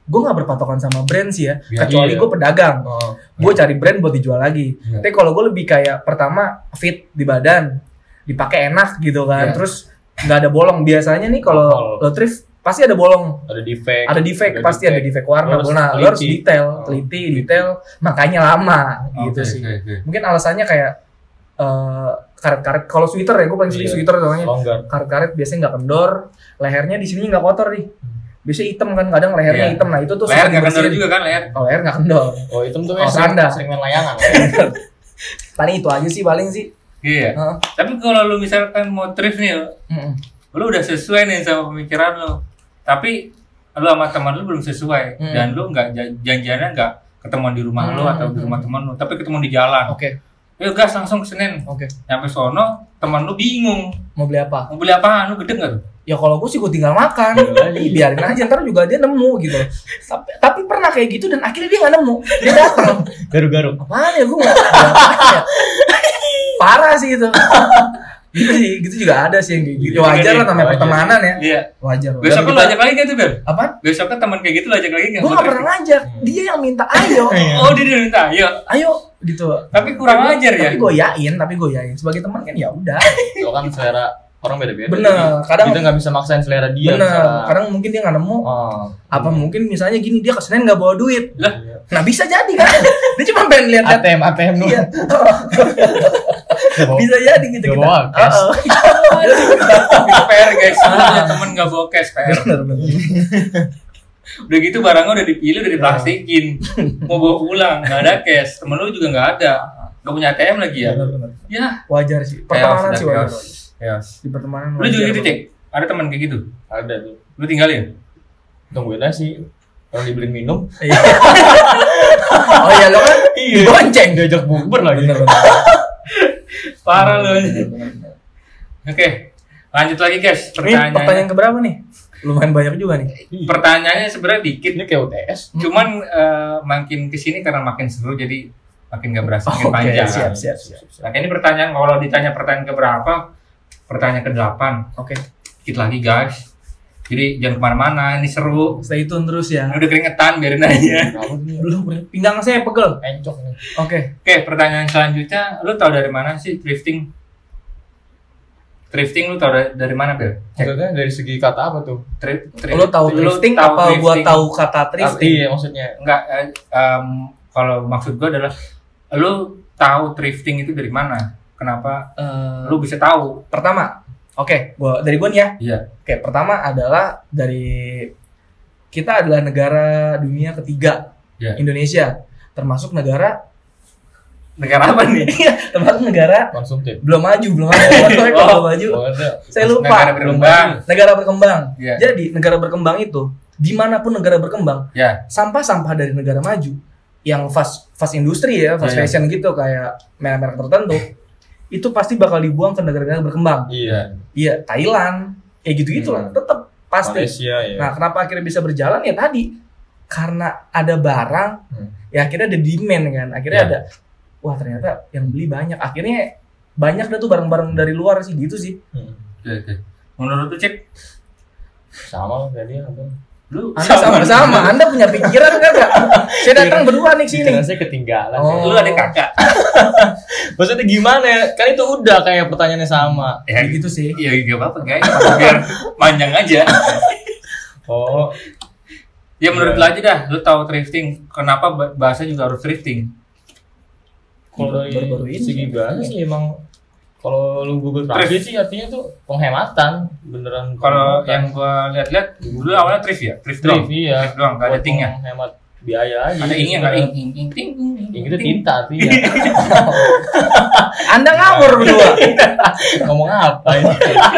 gue nggak berpatokan sama brand sih ya, Ya, kecuali iya. gue pedagang. Gue cari brand buat dijual lagi. Iya. Tapi kalau gue lebih kayak pertama fit di badan, dipakai enak gitu kan. Iya. Terus nggak ada bolong. Biasanya nih kalau lo thrift pasti ada bolong. Ada defect. Ada defect, pasti ada defect warna. Lo harus Nah, lo harus teliti. detail, detail, makanya lama gitu Oke, sih. oke. Mungkin alasannya kayak karet-karet. Kalau sweater ya, gue paling sering Iya. sweater soalnya. Longgar. Karet-karet biasanya nggak kendor, lehernya di sini nggak kotor nih. Biasanya hitam kan, kadang lehernya Iya. hitam. Nah itu tuh Leher suka nggak kendor dibersihin. juga kan leher? Kalau leher nggak kendor. Oh, itu tuh Oh, sering, Sanda. sering main layangan. Paling itu aja sih, paling sih. Iya. Heeh. Tapi kalau lu misalkan mau thrift nih, Mm-mm. lu udah sesuai nih sama pemikiran lu. Tapi lu sama teman lu belum sesuai dan lu nggak janjiannya nggak ketemuan di rumah lu atau di rumah teman lu, tapi ketemuan di jalan. Oke, Yuk gas langsung ke Senen. oke. Nyampe sono, teman lu bingung Mau beli apa? mau beli apaan, lu gede nggak tuh? Ya kalau gue sih gue tinggal makan. Ih, biarin aja, ntar juga dia nemu gitu. Tapi pernah kayak gitu dan akhirnya dia nggak nemu. Dia datang. Garuk-garuk. Apaan ya, gue nggak apaan ya. Parah sih itu. Gitu sih, gitu juga ada sih yang kayak gitu. Ya, wajar lah namanya Wajar. pertemanan ya. Iya. Wajar. Besok lu ajak lagi gak tuh, Bel? Apaan? Besoknya teman kayak gitu lu ajak lagi nggak? Gue nggak pernah ngajak. Dia yang minta ayo. Oh, dia minta, ayo. Ayo gitu. Tapi kurang ajar ya. Tapi gue yain sebagai teman kan ya udah. Itu kan selera orang beda-beda. Bener. Kadang Kita nggak bisa maksain selera dia. bener. misalnya. Kadang mungkin dia nggak nemu. Oh. Apa mungkin misalnya gini, dia ke Senen nggak bawa duit. Lah, Nah bisa jadi kan. Dia cuma pengen lihat-lihat. ATM dulu. Iya. Bisa jadi gitu Nggak kita. bawa cash. itu PR guys. Lu punya temen nggak bawa cash, PR. Bener, bener. Udah gitu barangnya udah dipilih, udah diplastikin. Mau bawa pulang, nggak ada cash. Temen lu juga nggak ada. Nggak punya ATM lagi ya. Bener, bener. Ya. Wajar sih. Pertemanan sih wajar. Chaos. Di pertemanan. Lu juga gitu, Cek? Ada teman kayak gitu? Ada tuh. Lu tinggalin? Tungguin aja sih. Kalau dibeliin minum, Iya. Oh iya lo kan bonceng. diajak bukber lagi. Bener, bener. Parah lu. Bener. Oke. Lanjut lagi, guys. Ini pertanyaan keberapa nih? Lumayan banyak juga nih. Pertanyaannya sebenarnya dikit. Ini kayak UTS. Cuman makin kesini karena makin seru jadi makin gak berasa makin Oke, panjang. siap. Nah, ini pertanyaan, kalau ditanya pertanyaan keberapa? Pertanyaan ke-8. Oke. Dikit lagi, guys. Jadi jangan kemana-mana, ini seru. Stay tune terus ya. Ini udah keringetan, biarin aja. Belum, pinggang saya pegel. Encok nih. Oke. Oke, pertanyaan selanjutnya, lu tahu dari mana sih thrifting? Thrifting lu tahu dari mana, Bel? Maksudnya dari segi kata apa tuh? Lo tahu thrifting apa gua tahu kata thrifting? Iya maksudnya. Enggak, kalau maksud gua adalah lu tahu thrifting itu dari mana? Kenapa lu bisa tahu? Pertama, dari gua nih ya. Iya. Oke, pertama adalah dari kita adalah negara dunia ketiga, Iya. Indonesia, termasuk negara Negara apa nih? termasuk negara Konsumtif. belum maju. Belum maju. Oh, ada. Saya lupa. Negara berkembang. Negara berkembang. Iya. Jadi negara berkembang itu, dimanapun negara berkembang, Ya. sampah-sampah dari negara maju, yang fast industri ya, fast Iya, iya. fashion gitu kayak merek-merek tertentu, itu pasti bakal dibuang ke negara-negara berkembang. Iya. Iya, Thailand, kayak gitu-gitu lah, tetap pasti. Malaysia ya. Nah, kenapa akhirnya bisa berjalan ya tadi? Karena ada barang, ya akhirnya ada demand kan, akhirnya Ya. ada, wah ternyata yang beli banyak, akhirnya banyak dah tuh barang-barang dari luar sih gitu sih. Oke. Menurut lu, Cek? Sama lah kayak dia apa? Lu Anda sama-sama, Anda punya pikiran kan gak? Saya datang berdua nih sini. Pikiran saya ketinggalan. Oh. Lu ada kakak. Maksudnya gimana ya? Kan itu udah kayak pertanyaannya sama. Ya Kayak gitu sih. Ya gak apa-apa, guys. Biar panjang aja. Oh, Ya menurut Iya. lu aja dah, lu tahu thrifting. Kenapa bahasa juga harus thrifting? kalau dari Baru-baru ini. segi bahasa sih emang kalau lu Google Translate sih artinya tuh penghematan, beneran. Kalau penghematan. yang gua lihat-lihat dulu awalnya thrift ya, thrift Thrift, doang. iya. Thrift doang, enggak ada Buat tingnya. Menghemat biaya aja. Ada ingnya enggak? sebenarnya. Ing. Ing itu tinta artinya. Anda ngawur berdua. Ngomong apa ini?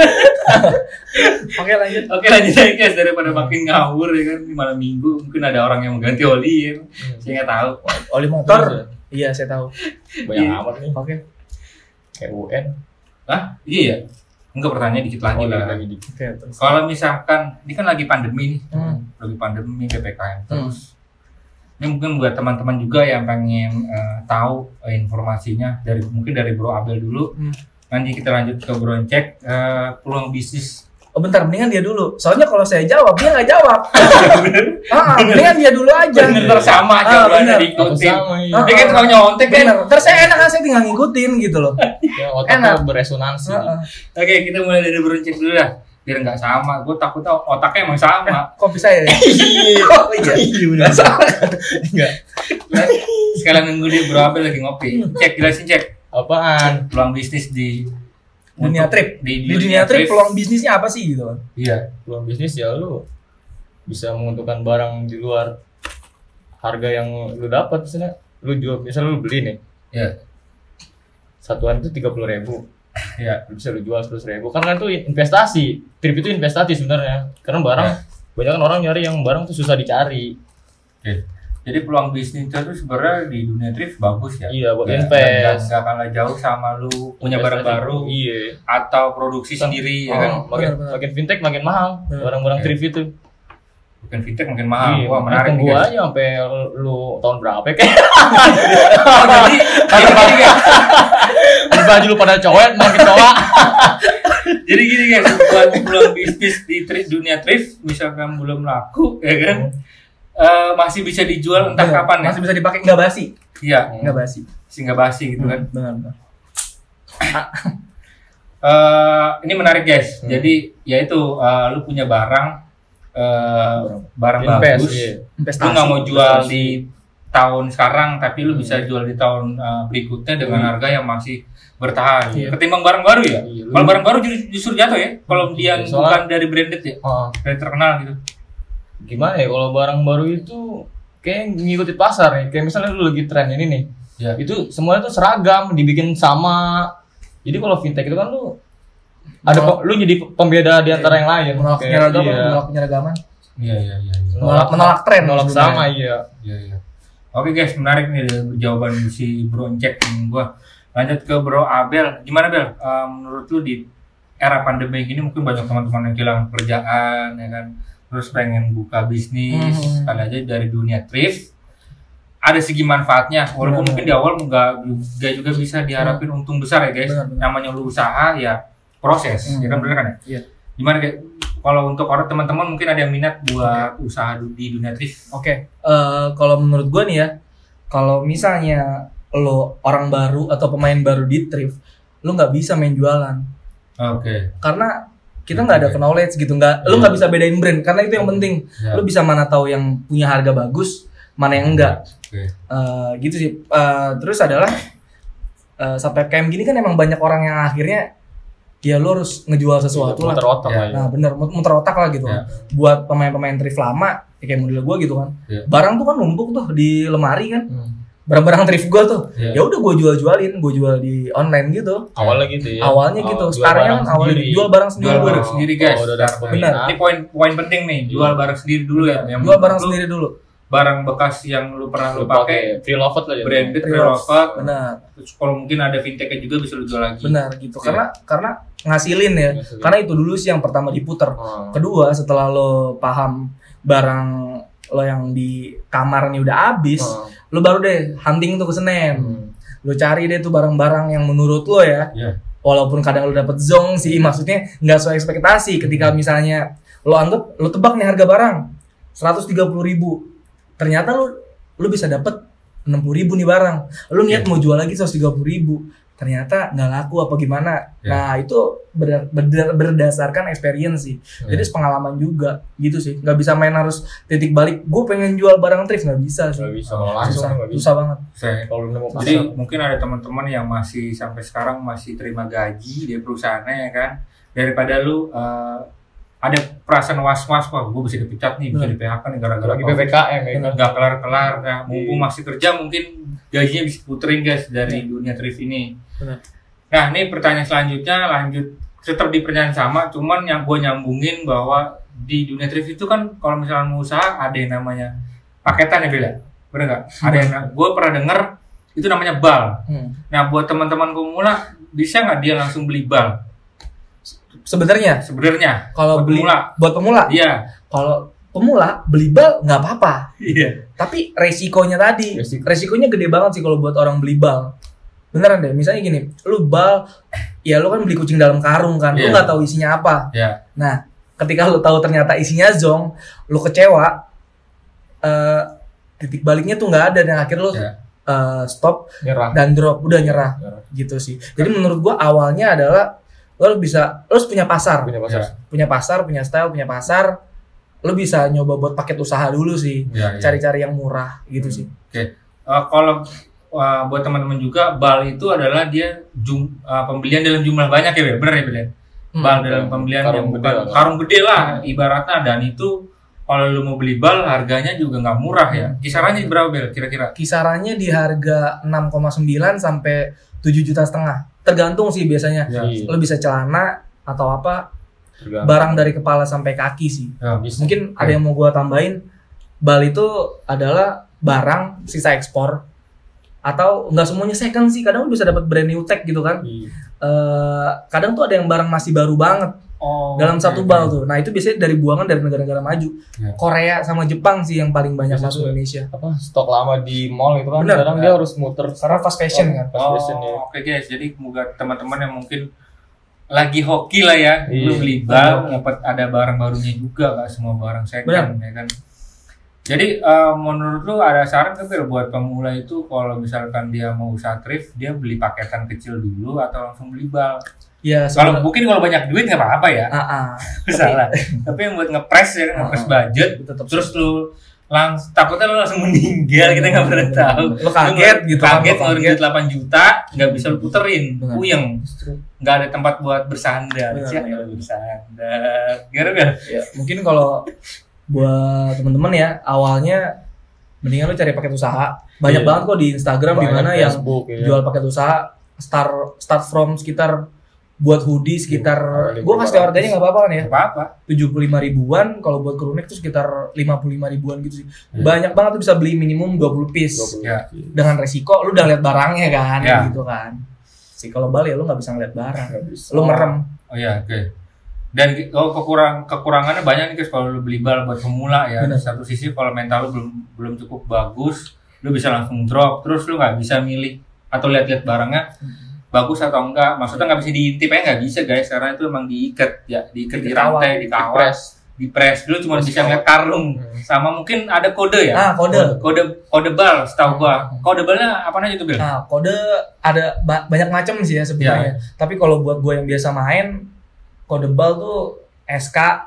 Oke lanjut. Oke, lanjut lagi guys, daripada makin ngawur ya kan di malam minggu, mungkin ada orang yang mengganti oli ya. Saya nggak tahu. Oli motor. Iya, saya tahu. Banyak amat nih. Oke. Kayak UN. Hah? Iya ya? Enggak, pertanyaan dikit lagi lah. lagi dikit. Oke, terus. Kalau misalkan ini kan lagi pandemi nih, Hmm. lagi pandemi PPKM terus. Ini mungkin buat teman-teman juga yang pengen tahu informasinya dari mungkin dari Bro Abel dulu. Hmm. Nanti kita lanjut ke Bro Cek, peluang bisnis Oh bentar, mendingan dia dulu. Soalnya kalau saya jawab, dia nggak jawab. Mendingan dia dulu aja. Bener sama aja bener. diikutin. Sama, iya. Dia kan tukang nyontek kan. Bener. Terus saya enak, saya tinggal ngikutin gitu loh. Ya, otaknya Enak. beresonansi. Oke, kita mulai dari beruncit dulu dah. Biar nggak sama. Gue takut otaknya emang sama. Kok bisa ya? Oh iya. Iya benar. Enggak. Sekalian nunggu dia Bro Abel lagi ngopi. Jelasin cek. Apaan? Peluang bisnis di Dunia trip. Di dunia trip peluang bisnisnya apa sih gitu kan? Iya. Peluang bisnis ya lu bisa menguntungkan barang di luar harga yang lu dapat. Misalnya lu jual, misalnya lu beli nih Iya. satuan itu 30.000, Iya. lu bisa lu jual 100.000. Karena itu investasi. Trip itu investasi sebenarnya. Karena barang banyak kan orang nyari yang barang tuh susah dicari. Oke. Jadi peluang bisnis itu sebenarnya di dunia thrift bagus ya. Iya, buat Ya, invest. Nggak kalah jauh sama lu punya barang Investasi. baru Iya. atau produksi sendiri ya kan. Benar. Makin fintech makin mahal barang-barang Iya. thrift itu. Bukan fintech mungkin mahal. Iya, Wah, makanya menarik tunggu nih, guys. aja sampai lu tahun berapa kayak. Oh, jadi gini guys. Baju lu pada cowet makin cowok. Jadi gini guys, buat peluang bisnis di dunia thrift misalkan belum laku ya kan. Masih bisa dijual entah Iya, kapan ya. masih bisa dipakai, nggak basi. Iya, Nggak basi. sehingga basi gitu kan. Benar. Ini menarik guys. Jadi yaitu lu punya barang Invest, bagus. iya. Investasi. Lu nggak mau jual investasi. di tahun sekarang, tapi lu bisa jual di tahun berikutnya dengan harga yang masih bertahan. Iya. Ketimbang barang baru ya. Iya, Kalau barang baru justru jatuh ya. Kalau dia Iya, bukan dari branded ya, Oh, dari terkenal gitu. gimana ya kalau barang baru itu kayak ngikutin pasar nih. Kayak misalnya lu lagi tren ini nih. Ya. Itu semuanya tuh seragam, dibikin sama. Jadi kalau fintech itu kan lu ada lu jadi pembeda di antara yang lain. Menolak Kayak, penyeragaman, iya. menolak penyeragaman. Iya. Menolak tren. Menolak sebenarnya. sama iya. Iya. Oke guys, menarik nih jawaban si Bro Cek dengan gua. Lanjut ke Bro Abel. Gimana Bel? Menurut lu di era pandemi ini mungkin banyak teman-teman yang kehilangan pekerjaan ya kan. Terus pengen buka bisnis, kali aja dari dunia thrift. Ada segi manfaatnya, walaupun Benar. mungkin di awal nggak juga bisa diharapin untung besar ya guys. Benar. Namanya lu usaha ya proses, ya kan bener kan ya? Iya. Gimana kayak kalau untuk orang teman-teman mungkin ada yang minat buat usaha di dunia thrift? Oke, kalau menurut gue nih ya, kalau misalnya lo orang baru atau pemain baru di thrift, lo nggak bisa main jualan, Oke. karena kita nggak ada knowledge gitu, lo nggak bisa bedain brand, karena itu yang penting. Ya. Lo bisa mana tahu yang punya harga bagus, mana yang enggak, Oke. gitu sih. Terus adalah sampai kayak gini kan emang banyak orang yang akhirnya ya lo harus ngejual sesuatu lah. Muter otak Ya. lah ya. Nah bener, muter otak lah gitu. Ya. Buat pemain-pemain thrift lama, ya kayak model gue gitu kan. Ya. Barang tuh kan numpuk tuh di lemari kan. Hmm. Barang-barang thrift gue tuh. Ya. Ya udah gue jual-jualin, gue jual di online gitu. Awalnya gitu ya. Awalnya gitu. Jual Sekarang barang kan awalnya sendiri. jual barang sendiri. Jual dulu. barang sendiri guys. Oh, udah dapet Nah, benar. Ini poin penting nih, jual barang sendiri dulu ya. Yang Jual barang lu sendiri dulu. Barang bekas yang lu pernah lu pakai, free lovet lah ya. branded, Pre-love. pre-loved. Benar, Terus kalau mungkin ada fintechnya juga bisa lu jual lagi. benar gitu. Iya. Karena ngasilin ya. Ngasilin. Karena itu dulu sih yang pertama diputer. Oh. Kedua, setelah lo paham barang lo yang di kamar nih udah habis, Oh. lo baru deh hunting tuh ke Senen. Hmm. Lo cari deh tuh barang-barang yang menurut lo ya. Iya. Walaupun kadang lo dapet zong sih, maksudnya nggak sesuai ekspektasi. Ketika misalnya lo anggap, lo tebak nih harga barang 130.000, ternyata lo bisa dapet 60.000 nih barang. Lo niat mau jual lagi 130.000, ternyata nggak laku apa gimana. Ya. Nah itu berdasarkan experience sih. Jadi pengalaman juga gitu sih. Nggak bisa main harus titik balik. Gue pengen jual barang thrift, nggak bisa sih. Nggak bisa kalau langsung Susah, nggak bisa. susah banget. Kalau lu mau Jadi pasar. mungkin ada teman-teman yang masih sampai sekarang masih terima gaji dari perusahaannya ya kan. Daripada lu ada perasaan was-was, wah gue bisa dipecat nih, bisa di PHK nih gara-gara lagi COVID. PPKM ya kan. Nggak kelar-kelar. Nah, mumpung Iya. masih kerja mungkin gajinya bisa puterin guys dari dunia thrift ini. Benar. Nah, ini pertanyaan selanjutnya lanjut tetap di pertanyaan sama, cuman yang gue nyambungin bahwa di dunia thrift itu kan kalau misalnya mau usaha ada yang namanya paketan ya Bella, bener nggak? Ada yang gue pernah denger itu namanya bal. Nah, buat teman-teman pemula bisa nggak dia langsung beli bal? Sebenarnya Sebenarnya kalau buat beli pemula. buat pemula, Iya. kalau pemula beli bal nggak apa-apa. Iya. Tapi resikonya tadi, Resiko. resikonya gede banget sih kalau buat orang beli bal. beneran deh. Misalnya gini, lu bal, ya lu kan beli kucing dalam karung kan, lu Iya. nggak tahu isinya apa. Ya. Nah, ketika lu tahu ternyata isinya zong, lu kecewa, titik baliknya tuh nggak ada dan akhirnya lu Ya. stop Nyerah. dan drop, udah nyerah gitu sih. Jadi menurut gua awalnya adalah lu harus punya pasar, Punya pasar. punya style, punya pasar. Lu bisa nyoba buat paket usaha dulu sih, Ya, ya. cari-cari yang murah gitu sih. Oke. Kalau buat teman-teman juga, bal itu adalah dia pembelian dalam jumlah banyak ya, Bel? Bener ya, Bel? Ya? Bal dalam pembelian Karung yang gede bukan lah. karung gede lah ibaratnya, dan itu kalau lu mau beli bal harganya juga nggak murah ya. Kisarannya berapa, Bel, kira-kira? Kisarannya di harga 6,9 sampai 7,5 juta. Tergantung sih biasanya. Ya. Lu bisa celana atau apa, Tergantung. barang dari kepala sampai kaki sih. Ya. Mungkin ada yang mau gua tambahin, bal itu adalah barang sisa ekspor atau nggak semuanya second sih. Kadang lu bisa dapat brand new tag gitu kan. Iya. Kadang tuh ada yang barang masih baru banget dalam satu bal tuh. Nah, itu biasanya dari buangan dari negara-negara maju. Ya. Korea sama Jepang sih yang paling banyak Biasanya masuk tuh Indonesia. Apa stok lama di mall itu kan Bener. kadang dia harus muter Karena fast fashion kan. fast fashion ya. Oke guys, jadi semoga teman-teman yang mungkin lagi hoki lah ya, Iya. lu beli bal, dapat ada barang barunya juga, gak semua barang second ya kan. Jadi menurut lu ada saran nggak, Bel, buat pemula itu kalau misalkan dia mau usaha thrift, dia beli paketan kecil dulu atau langsung beli bal? Ya, Kalau mungkin kalau banyak duit nggak apa-apa ya, salah. Tapi yang buat ngepres ya, ngepres budget, tetap terus lu takutnya lu langsung meninggal, kita nggak pernah tahu. Lu kaget gitu kan, Kaget lu ngeluarin duit 8 juta, nggak bisa lu puterin, Benar. puyeng, nggak ada tempat buat bersandar. Benar, Siapa benar. yang bersandar? Gimana, Bel? ya, mungkin kalau buat temen-temen ya, awalnya mendingan lu cari paket usaha. Banyak Iya. banget kok di Instagram di Banyak mana yang Facebook, ya. jual paket usaha start from sekitar buat hoodie sekitar, Iya, gue kasih tau harganya nggak apa-apa kan ya, Nggak apa-apa. 75 ribuan. Kalau buat crew neck tuh sekitar 55 ribuan gitu sih. Iya. Banyak banget tuh, bisa beli minimum 20 piece 20. Ya. dengan resiko lu udah lihat barangnya kan, Ya. gitu kan sih. Kalau bal ya lu nggak bisa ngeliat barang, Nggak bisa. lu merem. Oh iya, oke. Dan kekurangannya banyak nih guys kalau lu beli bal buat pemula ya. Benar. Di satu sisi kalau mental lu belum cukup bagus, lu bisa langsung drop. Terus lu nggak bisa milih atau lihat-lihat barangnya bagus atau enggak. Maksudnya nggak bisa diintip aja, nggak bisa guys, karena itu emang diikat ya, diikat di rantai, dikawat, dipres. Dulu cuma bisa ngeliat karung, sama mungkin ada kode ya. Kode bal, setahu gua. Kode balnya apa aja tuh, Bil? Nah, kode ada banyak macam sih ya sebenarnya. Tapi kalau buat gue yang biasa main, kode bal tuh SK,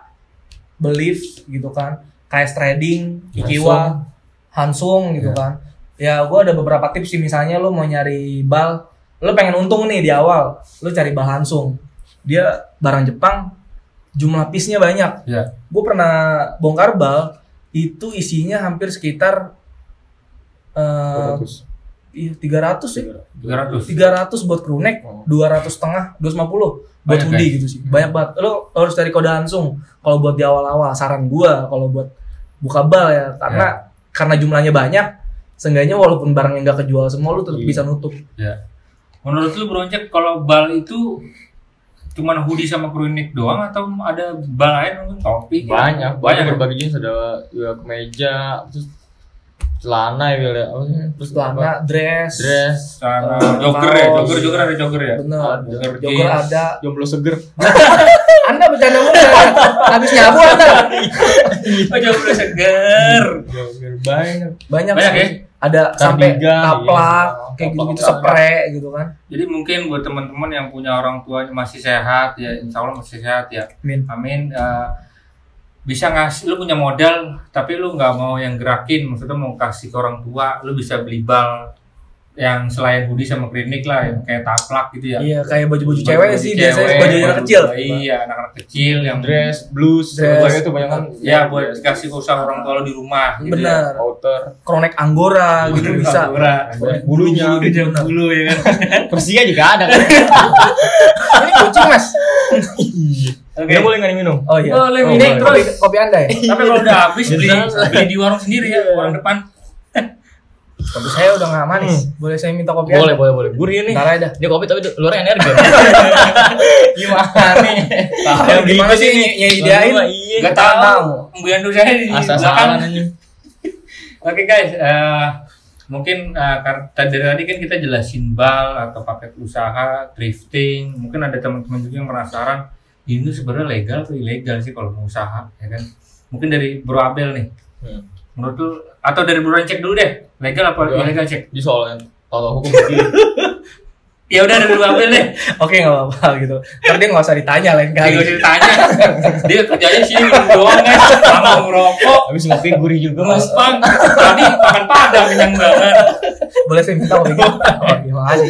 Believe gitu kan, KS Trading, Ikiwa, Hansung gitu kan. Ya, gue ada beberapa tips sih. Misalnya lo mau nyari bal, lo pengen untung nih di awal, lo cari bal Hansung. Dia barang Jepang, jumlah piece-nya banyak. Iya. Gue pernah bongkar bal, itu isinya hampir sekitar 300 sih. 300 buat crew neck, 200 setengah, 250 buat Banyak, hoodie guys. gitu sih. Banyak banget. Lo harus cari kode Hansung kalau buat di awal-awal. Saran gua kalau buat buka bal ya, karena jumlahnya banyak, seenggaknya walaupun barangnya nggak kejual semua, lo tetap bisa nutup. Ya. Menurut lu Bro Jack, kalau bal itu cuman hoodie sama crew neck doang atau ada bal lain, mungkin topi? Banyak Banyak. berbagai jenis, ada ya kemeja, terus celana ya, Bil, ya. Apa sih? Terus celana, dress, Sana kaos. jogger ada jogger ya. bener, Jogger jogger jeans. ada. Jomblo seger. Anda bercanda mulu ya? Habis nyabu Anda. Oh, jogger seger. Jogger banyak. Banyak Banyak sih. ya? Ada sampai Cardigan, kaplak, iya. kayak gitu-gitu, Kaplak. spray gitu kan. Jadi mungkin buat teman-teman yang punya orang tuanya masih sehat ya, insya Allah masih sehat ya. Amin. Bisa ngasih, lu punya modal tapi lu nggak mau yang gerakin, maksudnya mau kasih ke orang tua, lu bisa beli bal yang selain hoodie sama klinik lah, yang kayak taplak gitu ya. Iya, kayak baju-baju Baju-baju cewek sih biasanya, cewek, baju anak kecil. Iya, anak-anak kecil yang Dress, blues, Dress. berbagai itu banyak kan. ya buat dikasih ke usaha orang tua lu di rumah gitu. Bener. Outer, Kronek Anggora gitu bisa. bulunya, Bulu ya kan. Persia juga ada kan. Ini kucing Mas. Oke. Dia boleh nggak nih minum? Oh iya. Boleh, Ini minum kopi, terus. kopi Anda ya? Tapi kalau udah habis beli di warung sendiri ya, warung depan. Kopi saya udah nggak manis. Boleh saya minta kopi Anda? Boleh. Gurih nih. Ntar aja. Dia kopi tapi luarnya energi. Gimana nih? Yang Gimana gitu sih sih. nyediain? Iya. Gak tahu. Mbiandu saya di Asal-asalan belakang. aja. Oke guys, mungkin dari tadi kan kita jelasin bal atau paket usaha, thrifting. Mungkin ada teman-teman juga yang penasaran ini sebenarnya legal atau ilegal sih kalau mau usaha, ya kan? Mungkin dari Bro Abel nih. Menurut lu atau dari Bro Cek dulu deh, legal apa ilegal Cek? Di soalnya kalau hukum begini. Ya udah dari Bro Abel deh. Oke, nggak apa-apa gitu. Ntar dia nggak usah ditanya lain kali. Nggak usah ditanya. Dia kerjanya sih minum doang kan, sama ngerokok. Habis ngopi gurih juga Mas. Bang, tadi makan padang kenyang banget. Boleh saya minta kopi? Oh, terima kasih.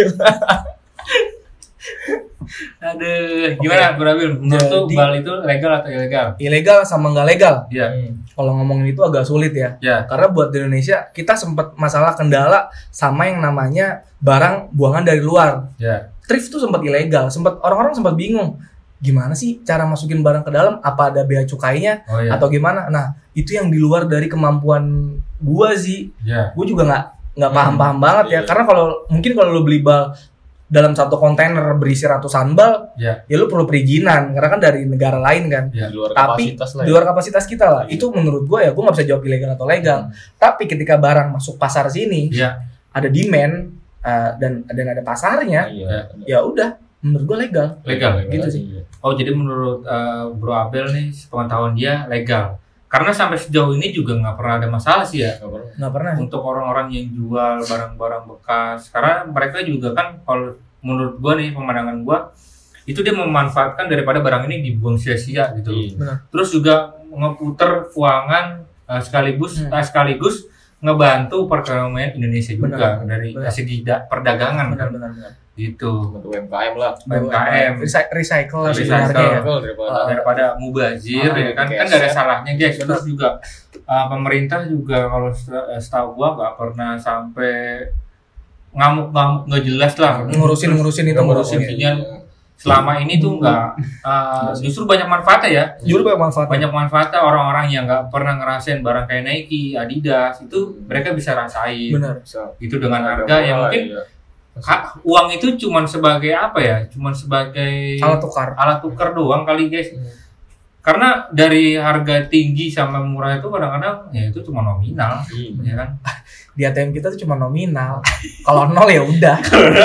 Aduh, gimana Bro Abel? Menurut lu Jadi- bal itu legal atau ilegal? Ilegal sama nggak legal. Iya. Kalau ngomongin itu agak sulit ya. Ya. Karena buat di Indonesia kita sempat masalah kendala sama yang namanya barang buangan dari luar. Ya. Thrift tuh sempat ilegal, orang-orang sempat bingung. Gimana sih cara masukin barang ke dalam? Apa ada bea cukainya Oh iya. atau gimana? Nah, itu yang di luar dari kemampuan gua sih. Ya. Gue juga nggak paham-paham banget ya. Iya. Karena kalau lu beli bal dalam satu kontainer berisi ratusan bal, Ya. ya lu perlu perizinan karena kan dari negara lain kan. Ya. Di luar Tapi kapasitas lah. di luar kapasitas kita lah. Itu menurut gue nggak bisa jawab ilegal atau legal. Tapi ketika barang masuk pasar sini, Ya. ada demand dan ada pasarnya, Iya. ya udah menurut gue legal. Legal. Gitu sih. Oh, jadi menurut Bro Abel nih, sepengetahuan dia legal. Karena sampai sejauh ini juga nggak pernah ada masalah sih ya Nggak pernah. untuk orang-orang yang jual barang-barang bekas. Karena mereka juga kan kalau menurut gua nih, pemandangan gua itu dia memanfaatkan daripada barang ini dibuang sia-sia gitu. Iya. Benar. Terus juga ngeputer keuangan sekaligus ngebantu perekonomian Indonesia juga Benar. dari Benar. segi perdagangan kan Benar. gitu. Untuk UMKM lah. UMKM. Recycle lah Recycle. sebenarnya ya. Daripada mubazir ya kan kayak kan gak ada set. salahnya guys. Terus juga pemerintah juga kalau setahu gua nggak pernah sampai ngamuk-ngamuk nggak jelas lah Ngurusin itu ngurusin ngurusin. intinya selama ini tuh nggak justru banyak manfaatnya ya. Jujur banyak manfaat. Banyak manfaatnya orang-orang yang nggak pernah ngerasain barang kayak Nike, Adidas itu mereka bisa rasain. Benar. Itu dengan harga yang mungkin uang itu cuman sebagai apa ya? Cuman sebagai Alat tukar. doang kali guys. Karena dari harga tinggi sama murah itu kadang-kadang ya itu cuma nominal, ya kan? Di ATM kita tuh cuma nominal. Kalau nol ya udah.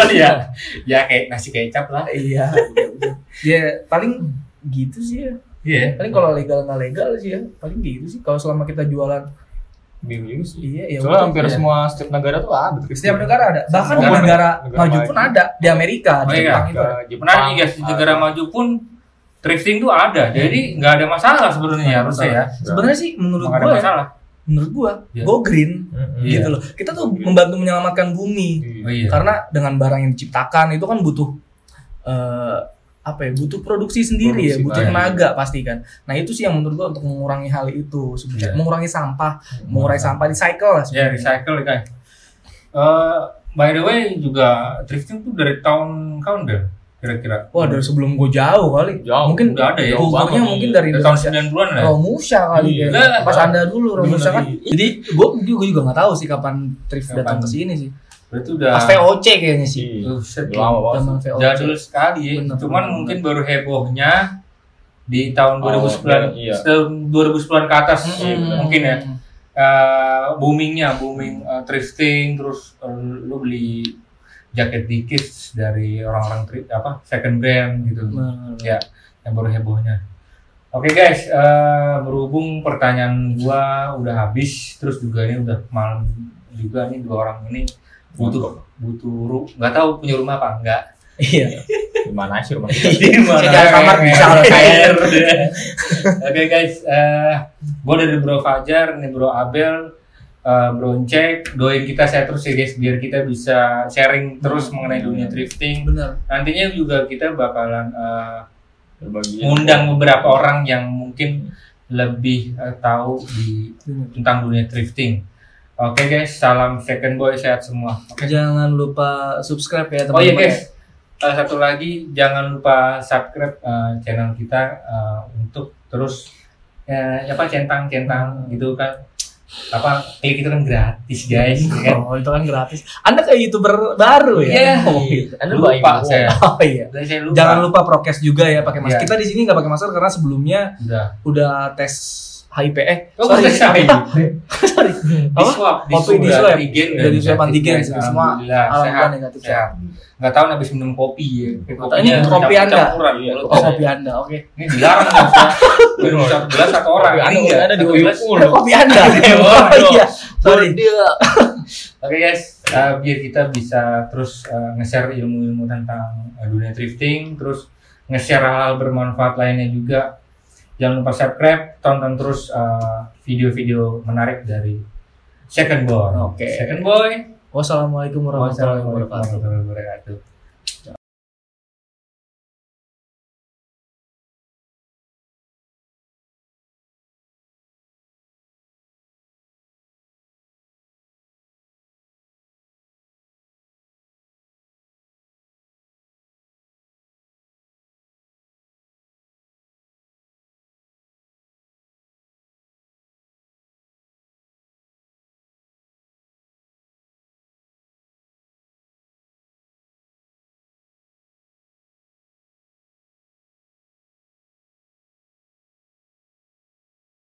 Ya kayak nasi kecap lah. Iya. Ya paling gitu sih ya. Iya. Paling kalau legal nggak legal sih ya. Paling gitu sih. Kalau selama kita jualan, Bingung juga sih. iya ya. Soalnya udah. hampir semua setiap negara tuh ada. Setiap negara ada. Bahkan di Negara- negara negara maju maju. pun ada. Di Amerika, Oh di iya. Jepang itu. ada. Menarik nih guys, di negara maju pun thrifting tuh ada. Jadi nggak ada masalah sebenarnya harusnya ya. Sebenarnya sih menurut Nggak ada gua ya, masalah. menurut gua Iya. go green Iya. gitu loh. Kita tuh membantu menyelamatkan bumi. Oh iya. Karena dengan barang yang diciptakan itu kan butuh butuh produksi sendiri ya, Produksi, butuh iya. tenaga pasti kan. Nah itu sih yang menurut gua untuk mengurangi hal itu sebenarnya, Iya. mengurangi sampah, recycle lah Ya sebenarnya. recycle guys. By the way juga thrifting tuh dari tahun deh kira-kira. Wah dari sebelum gua jauh kali, Jauh, mungkin udah ada ya. kulturnya banget. mungkin dari Dari tahun Indonesia. 90-an lah. Romusha kali Iya. ya. Pas Anda dulu Romusha kan. Bener. Jadi gua juga nggak tahu sih kapan thrift Kapan? datang ke sini sih. Berarti udah Pas VOC kayaknya sih. Buset, Lama banget. Zaman VOC. jadul sekali ya. Bener, Cuman bener, mungkin baru hebohnya di tahun 2009 iya. tahun 2010 ke atas Mm-mm. mungkin ya. Booming thrifting terus lu beli jaket dikis dari orang-orang second brand gitu. Bener. Ya, yang baru hebohnya. Oke guys, berhubung pertanyaan gua udah habis, terus juga ini udah malam juga nih, dua orang ini butuh nggak tahu punya rumah apa enggak. Iya. Gimana sih rumah Secara kamar bisa kalau saya. Oke guys, gua dari Bro Fajar, nih Bro Abel, Bro Cek, doain kita sehat terus ya guys, biar kita bisa sharing terus mengenai dunia thrifting. Benar. Nantinya juga kita bakalan berbagi. ngundang beberapa orang yang mungkin lebih tahu tentang dunia thrifting. Oke guys, salam second boy, sehat semua. Oke. Jangan lupa subscribe ya Oh iya teman-teman. guys, satu lagi jangan lupa subscribe channel kita untuk terus centang gitu kan. Klik itu kan gratis guys, ya kan? Oh itu kan gratis. Anda kayak YouTuber baru ya? Iya. Oh, gitu. Anda Lupa saya. Oh iya. Saya lupa. Jangan lupa prokes juga ya, pakai masker. Iya. Kita di sini nggak pakai masker karena sebelumnya Udah. udah tes HIP Oh, sorry. sorry. Di swab, antigen dari swab antigen semua sehat, negatif. sehat. Nggak tahu habis minum kopi ya. Ini kopi Anda. Iya, Kopi Anda, oke. Ini dilarang ya. Minum satu gelas satu orang. Ini enggak ada di Uyukul. Kopi Anda. Oh, Iya. Sorry. Oke guys, biar kita bisa terus nge-share ilmu-ilmu tentang dunia thrifting, terus nge-share hal-hal bermanfaat lainnya juga. Jangan lupa subscribe, tonton terus video-video menarik dari Second Boy. Oke. Second Boy. Wassalamualaikum warahmatullahi wabarakatuh. Wassalamualaikum warahmatullahi wabarakatuh.